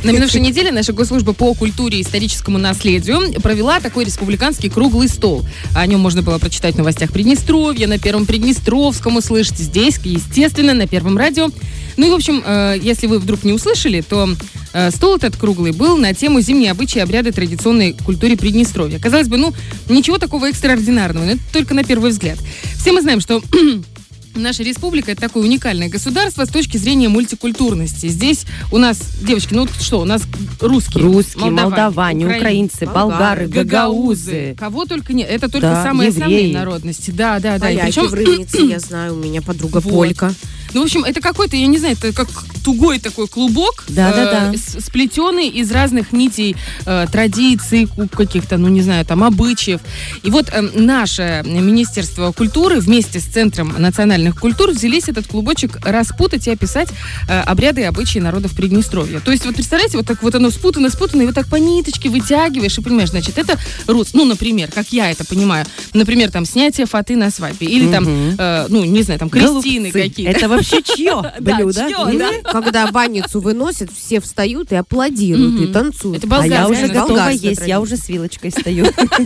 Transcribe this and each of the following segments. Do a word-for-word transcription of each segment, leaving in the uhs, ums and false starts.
На минувшей неделе наша госслужба по культуре и историческому наследию провела такой республиканский круглый стол. О нем можно было прочитать в новостях Приднестровья, на Первом Приднестровском услышать здесь, естественно, на Первом радио. Ну и, в общем, э, если вы вдруг не услышали, то э, стол этот круглый был на тему «Зимние обычаи и обряды традиционной культуре Приднестровья». Казалось бы, ну, ничего такого экстраординарного, но это только на первый взгляд. Все мы знаем, что... Наша республика — это такое уникальное государство с точки зрения мультикультурности. Здесь у нас, девочки, ну что, у нас русские, русские, молдаване, молдаване украинцы, болгары, гагаузы. Кого только нет. Это только да, самые евреи. основные народности. Да, да, да. Поляки причем... в Рыбнице, я знаю, у меня подруга вот. полька. Ну, в общем, это какой-то, я не знаю, это как тугой такой клубок, да, э, да, да. сплетенный из разных нитей э, традиций, каких-то, ну, не знаю, там, обычаев. И вот э, наше Министерство культуры вместе с Центром национальных культур взялись этот клубочек распутать и описать э, обряды и обычаи народов Приднестровья. То есть, вот представляете, вот так вот оно спутано, спутано, и вот так по ниточке вытягиваешь, и понимаешь, значит, это рус, ну, например, как я это понимаю, например, там, снятие фаты на свадьбе, или угу. там, э, ну, не знаю, там, крестины какие-то. Это вообще чье блюдо? Когда банницу выносят, все встают и аплодируют, и танцуют. Это болгарская. А я уже готова есть, традиция. Я уже с вилочкой стою.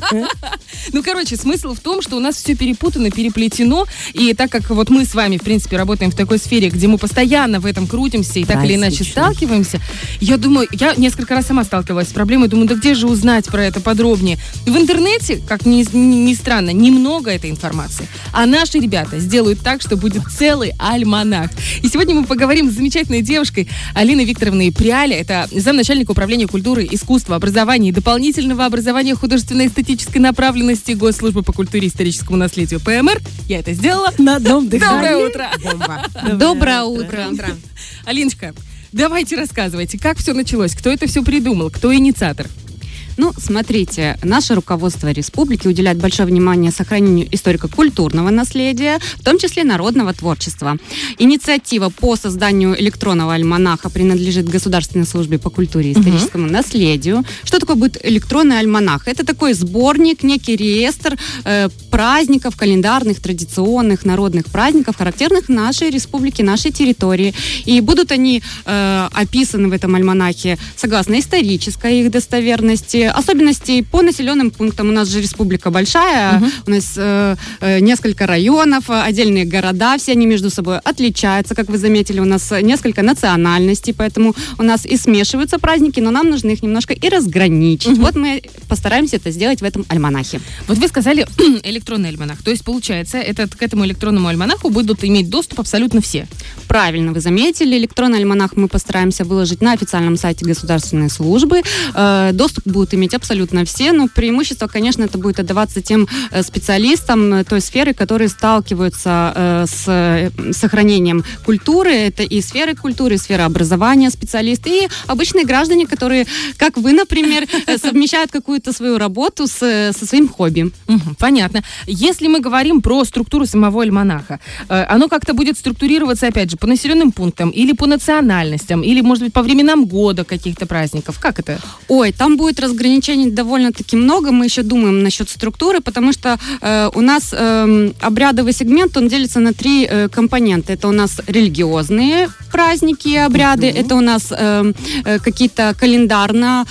Ну, короче, смысл в том, что у нас все перепутано, переплетено, и так как вот мы с вами, в принципе, работаем в такой сфере, где мы постоянно в этом крутимся и так или иначе сталкиваемся, я думаю, я несколько раз сама сталкивалась с проблемой, думаю, да где же узнать про это подробнее? В интернете, как ни, ни странно, немного этой информации, а наши ребята сделают так, что будет целый альманах. И сегодня мы поговорим с замечательной девушкой Алиной Викторовной Пряля. Это замначальника управления культуры, искусства, образования и дополнительного образования художественно-эстетической направленности Госслужбы по культуре и историческому наследию ПМР. Я это сделала на одном дыхании. Доброе утро. Доброе утро. Алиночка, давайте рассказывайте, как все началось, кто это все придумал, кто инициатор? Ну, смотрите, наше руководство республики уделяет большое внимание сохранению историко-культурного наследия, в том числе народного творчества. Инициатива по созданию электронного альманаха принадлежит Государственной службе по культуре и историческому uh-huh. наследию. Что такое будет электронный альманах? Это такой сборник, некий реестр э, праздников, календарных, традиционных, народных праздников, характерных нашей республике, нашей территории. И будут они э, описаны в этом альманахе согласно исторической их достоверности, особенностей по населенным пунктам. У нас же республика большая, uh-huh. у нас э, э, несколько районов, отдельные города, все они между собой отличаются, как вы заметили, у нас несколько национальностей, поэтому у нас и смешиваются праздники, но нам нужно их немножко и разграничить. Uh-huh. Вот мы постараемся это сделать в этом альманахе. Вот вы сказали электронный альманах, то есть получается, этот, к этому электронному альманаху будут иметь доступ абсолютно все? Правильно вы заметили, электронный альманах мы постараемся выложить на официальном сайте государственной службы. Э, доступ будут иметь абсолютно все, но преимущество, конечно, это будет отдаваться тем э, специалистам э, той сферы, которые сталкиваются э, с э, сохранением культуры. Это и сферы культуры, и сфера образования специалисты, и обычные граждане, которые, как вы, например, э, совмещают какую-то свою работу с, со своим хобби. Угу, понятно. Если мы говорим про структуру самого альманаха, э, оно как-то будет структурироваться, опять же, по населенным пунктам, или по национальностям, или, может быть, по временам года каких-то праздников? Как это? Ой, там будет разграничение довольно-таки много. Мы еще думаем насчет структуры, потому что э, у нас э, обрядовый сегмент, он делится на три э, компонента. Это у нас религиозные праздники и обряды, mm-hmm. это у нас э, э, какие-то календарно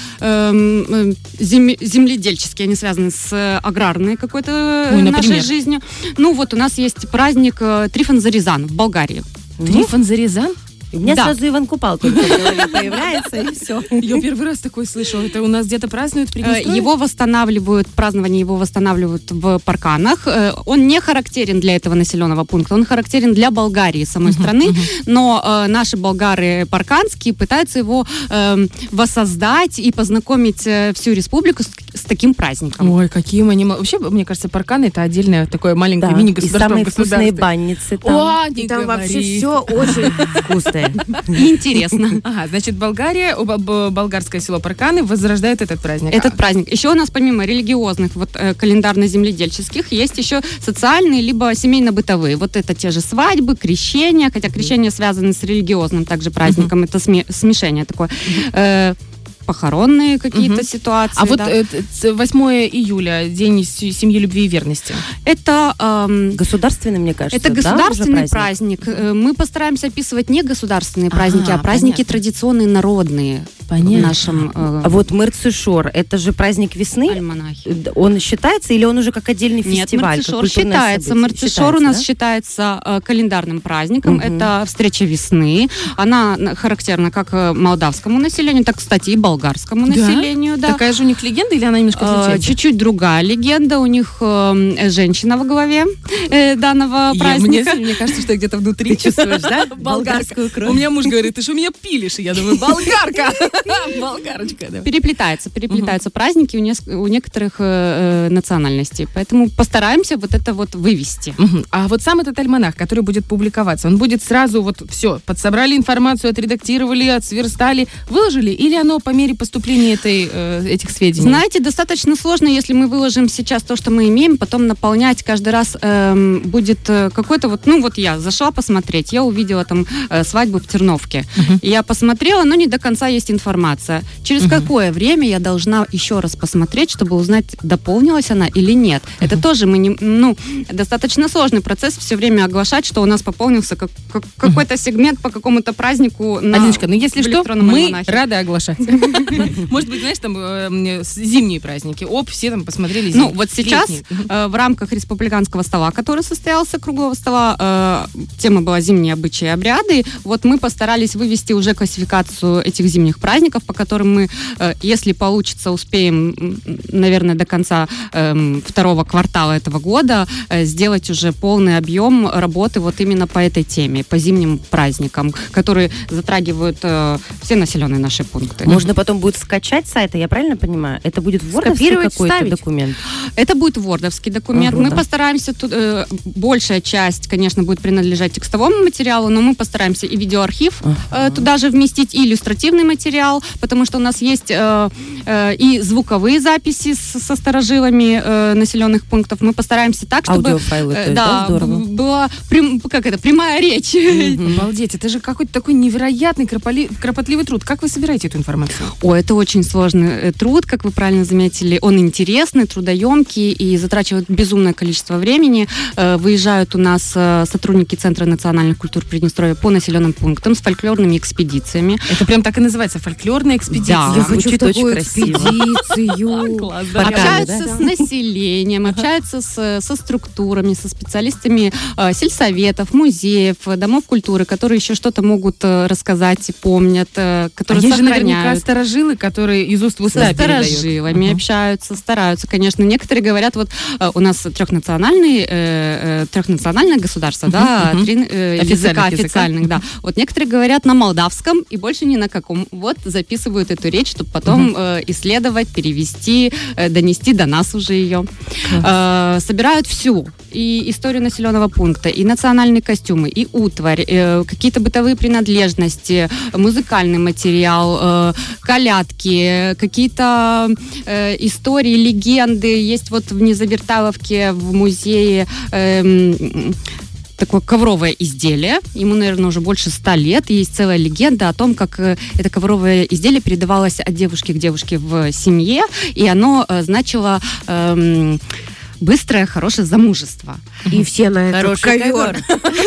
э, зем, земледельческие, они связаны с аграрной какой-то Ой, нашей жизнью. Ну вот у нас есть праздник э, Трифон-Зарезан в Болгарии. Трифон-Зарезан? У меня да. сразу Иван Купал только в голове появляется, и все. Я первый раз такой слышу. Это у нас где-то празднуют в Приднестровье? Его восстанавливают, празднование его восстанавливают в Парканах. Он не характерен для этого населенного пункта, он характерен для Болгарии, самой uh-huh, страны, uh-huh. но э, наши болгары парканские пытаются его э, воссоздать и познакомить э, всю республику с, с таким праздником. Ой, какие мы не... Вообще, мне кажется, Парканы — это отдельное такое маленькое да, мини-государство. И самые вкусные банницы там. О, не и там говори. вообще все очень вкусное. И интересно. Ага, значит, Болгария, болгарское село Парканы возрождает этот праздник. Этот праздник. Еще у нас помимо религиозных, вот э, календарно-земледельческих, есть еще социальные, либо семейно-бытовые. Вот это те же свадьбы, крещения, хотя крещения связаны с религиозным также праздником, uh-huh. это сме- смешение такое. Uh-huh. Э, похоронные какие-то uh-huh. ситуации. А да. вот восьмое июля, День семьи, любви и верности. Это... Эм, государственный, мне кажется, Это государственный да, праздник. праздник. Мы постараемся описывать не государственные праздники, ага, а праздники понятно. Традиционные, народные. Понятно. в нашем... Э, А вот Мерцешор, это же праздник весны? альманахе. Он считается или он уже как отдельный фестиваль? Нет, как Мерцешор культурное считается. событие? Мерцешор у нас да? считается э, календарным праздником. Мгм. Это встреча весны. Она на- характерна как э, молдавскому населению, так, кстати, и болгарскому Да? населению. Да. Такая же у них легенда или она немножко Э, отличается? Чуть-чуть другая легенда. У них э, женщина во главе э, данного Я- праздника. мне, мне кажется, что я где-то внутри Ты чувствуешь, да? болгарскую Болгарскую кровь. У меня муж говорит, ты что меня пилишь? И я думаю, болгарка. Болгарочка, да. Переплетаются, переплетаются праздники у, неск- у некоторых э, э, национальностей. Поэтому постараемся вот это вот вывести. Мгм. А вот сам этот альманах, который будет публиковаться, он будет сразу вот все, подсобрали информацию, отредактировали, отсверстали, выложили, или оно по мере поступления этой, э, этих сведений? Знаете, достаточно сложно, если мы выложим сейчас то, что мы имеем, потом наполнять каждый раз эм, будет э, какой-то вот, ну вот я зашла посмотреть, я увидела там э, свадьбу в Терновке. Мгм. И я посмотрела, но не до конца есть информация. Через Мгм. какое время я должна еще раз посмотреть, чтобы узнать, дополнилась она или нет. Это тоже мы не, ну, достаточно сложный процесс все время оглашать, что у нас пополнился как- как- какой-то сегмент по какому-то празднику на Алиночка, ну если в что, электронном мы альманахе. рады оглашать. Может быть, знаешь, там э, с- зимние праздники. Оп, все там посмотрели Ну, зимние. вот сейчас Летние. Мгм. э, в рамках республиканского стола, который состоялся, круглого стола, э, тема была «Зимние обычаи и обряды». Вот мы постарались вывести уже классификацию этих зимних праздников, по которым мы, э, если получится, успеем, м, наверное, до конца эм, второго квартала этого года э, сделать уже полный объем работы вот именно по этой теме, по зимним праздникам, которые затрагивают э, все населенные наши пункты. Можно потом будет скачать сайт, я правильно понимаю? Это будет вордовский Скопировать, какой-то вставить. документ? Это будет вордовский документ. Ага, мы да. постараемся, тут, э, большая часть, конечно, будет принадлежать текстовому материалу, но мы постараемся и видеоархив э, туда же вместить, и иллюстративный материал, потому что у нас есть э, э, и звуковые записи с- со старожилами э, населенных пунктов. Мы постараемся так, чтобы Аудиофайлы, то э, есть, да, да, здорово. б- была прям- как это, прямая речь. Обалдеть, это же какой-то такой невероятный крополи- кропотливый труд. Как вы собираете эту информацию? О, это очень сложный э, труд, как вы правильно заметили. Он интересный, трудоемкий и затрачивает безумное количество времени. Э, Выезжают у нас э, сотрудники Центра национальных культур Приднестровья по населенным пунктам с фольклорными экспедициями. Это прям так и называется, фольклорная экспедиция. Да. Я хочу в звучит очень такую красиво. экспедицию. Класс, да. Порядок, Общаются да? с населением, общаются с, со структурами, со специалистами э, сельсоветов, музеев, э, домов культуры, которые еще что-то могут э, рассказать, помнят, э, А которые есть же наверняка сохраняют. старожилы, которые из уст в уста Со передают. старожилами Мгм. общаются, стараются, конечно. Некоторые говорят, вот э, у нас трехнациональный, э, э, трехнациональное государство, да, мгм. три э, Официальных языка языка. официальных, да. Вот некоторые говорят на молдавском и больше ни на каком. Вот записывают эту речь, чтобы потом э, исследовать, перевести, э, донести до нас уже ее. Э, собирают всю. И историю населенного пункта, и национальные костюмы, и утварь, э, какие-то бытовые принадлежности, музыкальный материал, э, колядки, какие-то э, истории, легенды. Есть вот в Незаверталовке в музее эм, такое ковровое изделие. Ему, наверное, уже больше ста лет. И есть целая легенда о том, как э, это ковровое изделие передавалось от девушки к девушке в семье, и оно э, значило эм, быстрое, хорошее замужество. И все на этот Хороший ковер.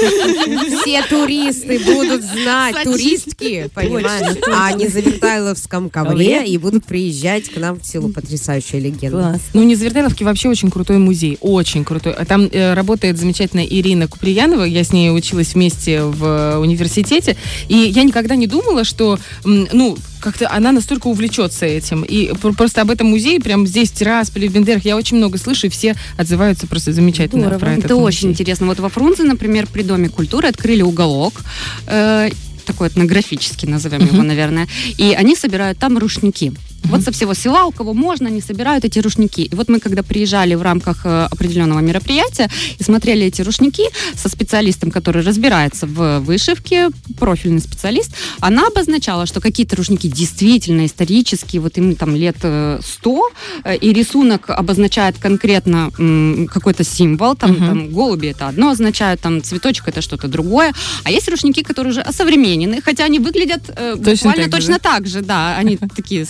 Все туристы будут знать, Садись. туристки, понимаешь, о Незавертайловском ковре Ковре. и будут приезжать к нам в село. Потрясающая легенда. Класс. Ну, в Незавертайловке вообще очень крутой музей, очень крутой. А Там э, работает замечательная Ирина Куприянова, я с ней училась вместе в э, университете, и я никогда не думала, что, м, ну, как-то она настолько увлечется этим. И пр- просто об этом музее, прям здесь, в Тирасполе, в Бендерах, я очень много слышу, и все отзываются просто замечательно Здорово. про этот Это музей. очень интересно. Вот во Фрунзе, например, при Доме культуры открыли уголок, э, такой этнографический, назовем его, наверное, и они собирают там рушники. Вот со всего села, у кого можно, они собирают эти рушники. И вот мы, когда приезжали в рамках э, определенного мероприятия и смотрели эти рушники со специалистом, который разбирается в вышивке, профильный специалист, она обозначала, что какие-то рушники действительно исторические, вот им там лет э, сто, э, и рисунок обозначает конкретно м, какой-то символ, там, Мгм. там голуби это одно означает, там цветочек это что-то другое, а есть рушники, которые уже осовременены, хотя они выглядят э, Точно буквально так же, точно так же, да, они такие старенькие,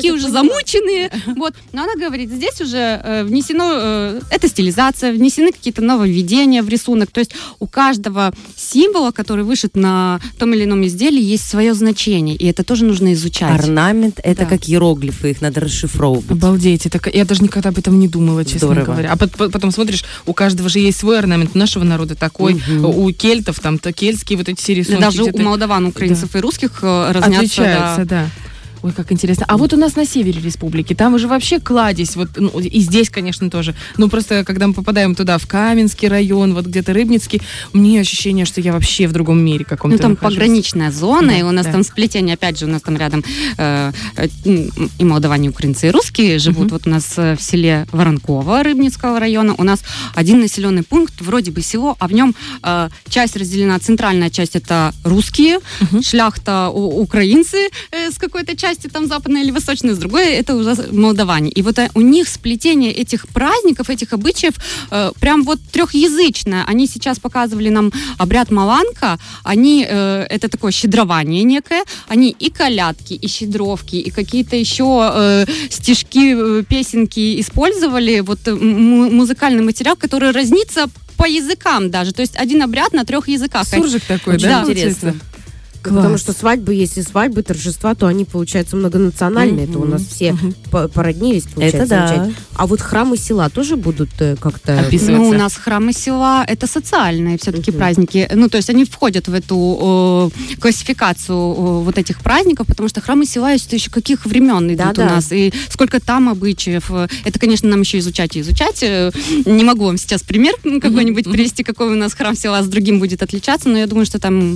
такие уже поняла. замученные. Вот. Но она говорит, здесь уже э, внесено, э, это стилизация, внесены какие-то нововведения в рисунок. То есть у каждого символа, который вышит на том или ином изделии, есть свое значение. И это тоже нужно изучать. Орнамент — это Да. как иероглифы, их надо расшифровывать. Обалдеть, это, я даже никогда об этом не думала, честно Здорово. говоря. А пот- потом смотришь, у каждого же есть свой орнамент, у нашего народа такой, Мгм. у кельтов там то кельтские вот эти все рисунки. Даже у где-то молдаван, украинцев и русских э, разнятся. отличаются, да. Ой, как интересно. А вот у нас на севере республики, там уже вообще кладезь, вот, ну, и здесь, конечно, тоже. Ну, просто, когда мы попадаем туда, в Каменский район, вот где-то Рыбницкий, у меня ощущение, что я вообще в другом мире каком-то Ну, там нахожусь. пограничная зона, Да, и у нас да. там сплетение, опять же, у нас там рядом э, э, и молдаване, и украинцы, и русские живут. Мгм. Вот у нас э, в селе Воронково Рыбницкого района у нас один населенный пункт, вроде бы село, а в нем э, часть разделена, центральная часть это русские, Мгм. шляхта у- украинцы э, с какой-то части там западной или восточной, с другой это уже молдаване. И вот э, у них сплетение этих праздников, этих обычаев э, прям вот трехязычное. Они сейчас показывали нам обряд Маланка, они, э, это такое щедрование некое, они и колядки, и щедровки, и какие-то еще э, стишки, э, песенки использовали, вот э, м- музыкальный материал, который разнится по языкам даже, то есть один обряд на трех языках. Суржик такой, Очень да? интересно. получается? Потому Класс. что свадьбы, если свадьбы, торжества, то они, получаются, многонациональные. Это у нас все Мгм. по- породнились, получается. Это да. замечательно. А вот храмы села тоже будут э, как-то... Описываться. Ну, у нас храмы села это социальные все-таки Мгм. праздники. Ну, то есть они входят в эту э, классификацию э, вот этих праздников, потому что храмы села есть еще каких времен идут Да-да. у нас, и сколько там обычаев. Это, конечно, нам еще изучать и изучать. Э, Не могу вам сейчас пример какой-нибудь Мгм. привести, какой у нас храм села с другим будет отличаться, но я думаю, что там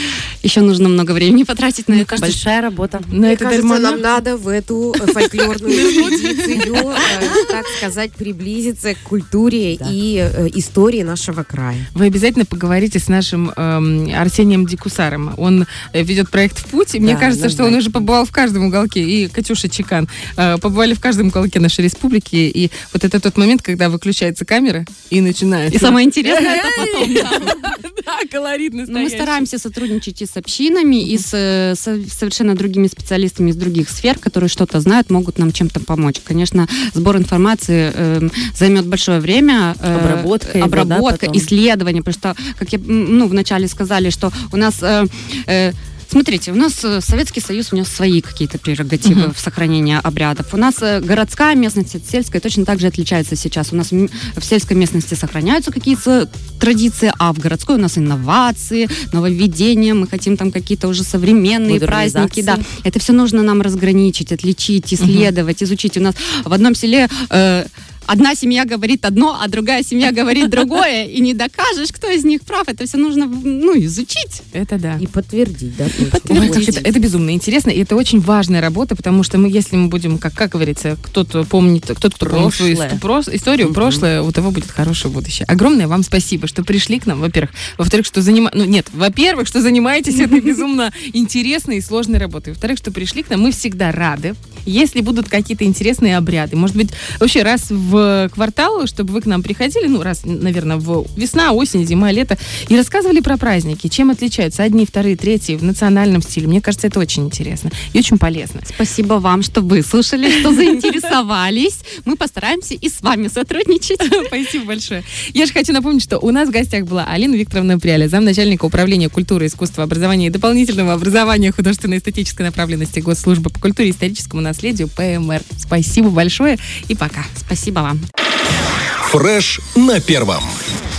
еще нужно много времени потратить на это. Большая работа. На Мне это кажется, Дармана- нам надо в эту э, фольклорную экспедицию, э, так сказать, приблизиться к культуре Да. и э, истории нашего края. Вы обязательно поговорите с нашим эм, Арсением Дикусаром. Он э, ведет проект «В путь». И мне Да, кажется, что он однозначно. уже побывал в каждом уголке. И Катюша Чекан э, побывали в каждом уголке нашей республики. И вот это тот момент, когда выключается камера и начинается. И самое интересное это потом. да. Да, колорит Но мы настоящий. стараемся сотрудничать и с общинами, и с э, со- совершенно другими специалистами из других сфер, которые что-то знают, могут нам чем-то помочь. Конечно, сбор информации э, займет большое время. э, Обработка его, да, обработка, потом. исследование. Потому что, как я, м, ну, вначале сказали, что у нас... э, э, Смотрите, у нас э, Советский Союз внес свои какие-то прерогативы Мгм. в сохранение обрядов. У нас э, городская местность от сельской точно так же отличается сейчас. У нас м- в сельской местности сохраняются какие-то традиции, а в городской у нас инновации, нововведения. Мы хотим там какие-то уже современные праздники. Да. Это все нужно нам разграничить, отличить, исследовать, изучить. У нас в одном селе... э, Одна семья говорит одно, а другая семья говорит другое, и не докажешь, кто из них прав. Это все нужно, ну, изучить. Это да. И подтвердить, да? Ой, как это, это безумно интересно, и это очень важная работа, потому что мы, если мы будем, как, как говорится, кто-то помнит, кто-то, кто помнит свою Прошлое. исту- прос- историю, Мгм. прошлое, у того будет хорошее будущее. Огромное вам спасибо, что пришли к нам, во-первых. Во-вторых, что занима... Ну, нет, во-первых, что занимаетесь этой безумно интересной и сложной работой. Во-вторых, что пришли к нам, мы всегда рады. Если будут какие-то интересные обряды, может быть, вообще раз в квартал, чтобы вы к нам приходили, ну, раз, наверное, в весна, осень, зима, лето, и рассказывали про праздники, чем отличаются одни, вторые, третьи в национальном стиле. Мне кажется, это очень интересно и очень полезно. Спасибо вам, что выслушали, что заинтересовались. Мы постараемся и с вами сотрудничать. Спасибо большое. Я же хочу напомнить, что у нас в гостях была Алина Викторовна Пряля, замначальника управления культуры, искусства, образования и дополнительного образования художественно-эстетической направленности Госслужбы по культуре и историческому наследию ПМР. Спасибо большое и пока. Спасибо вам. Фреш на первом.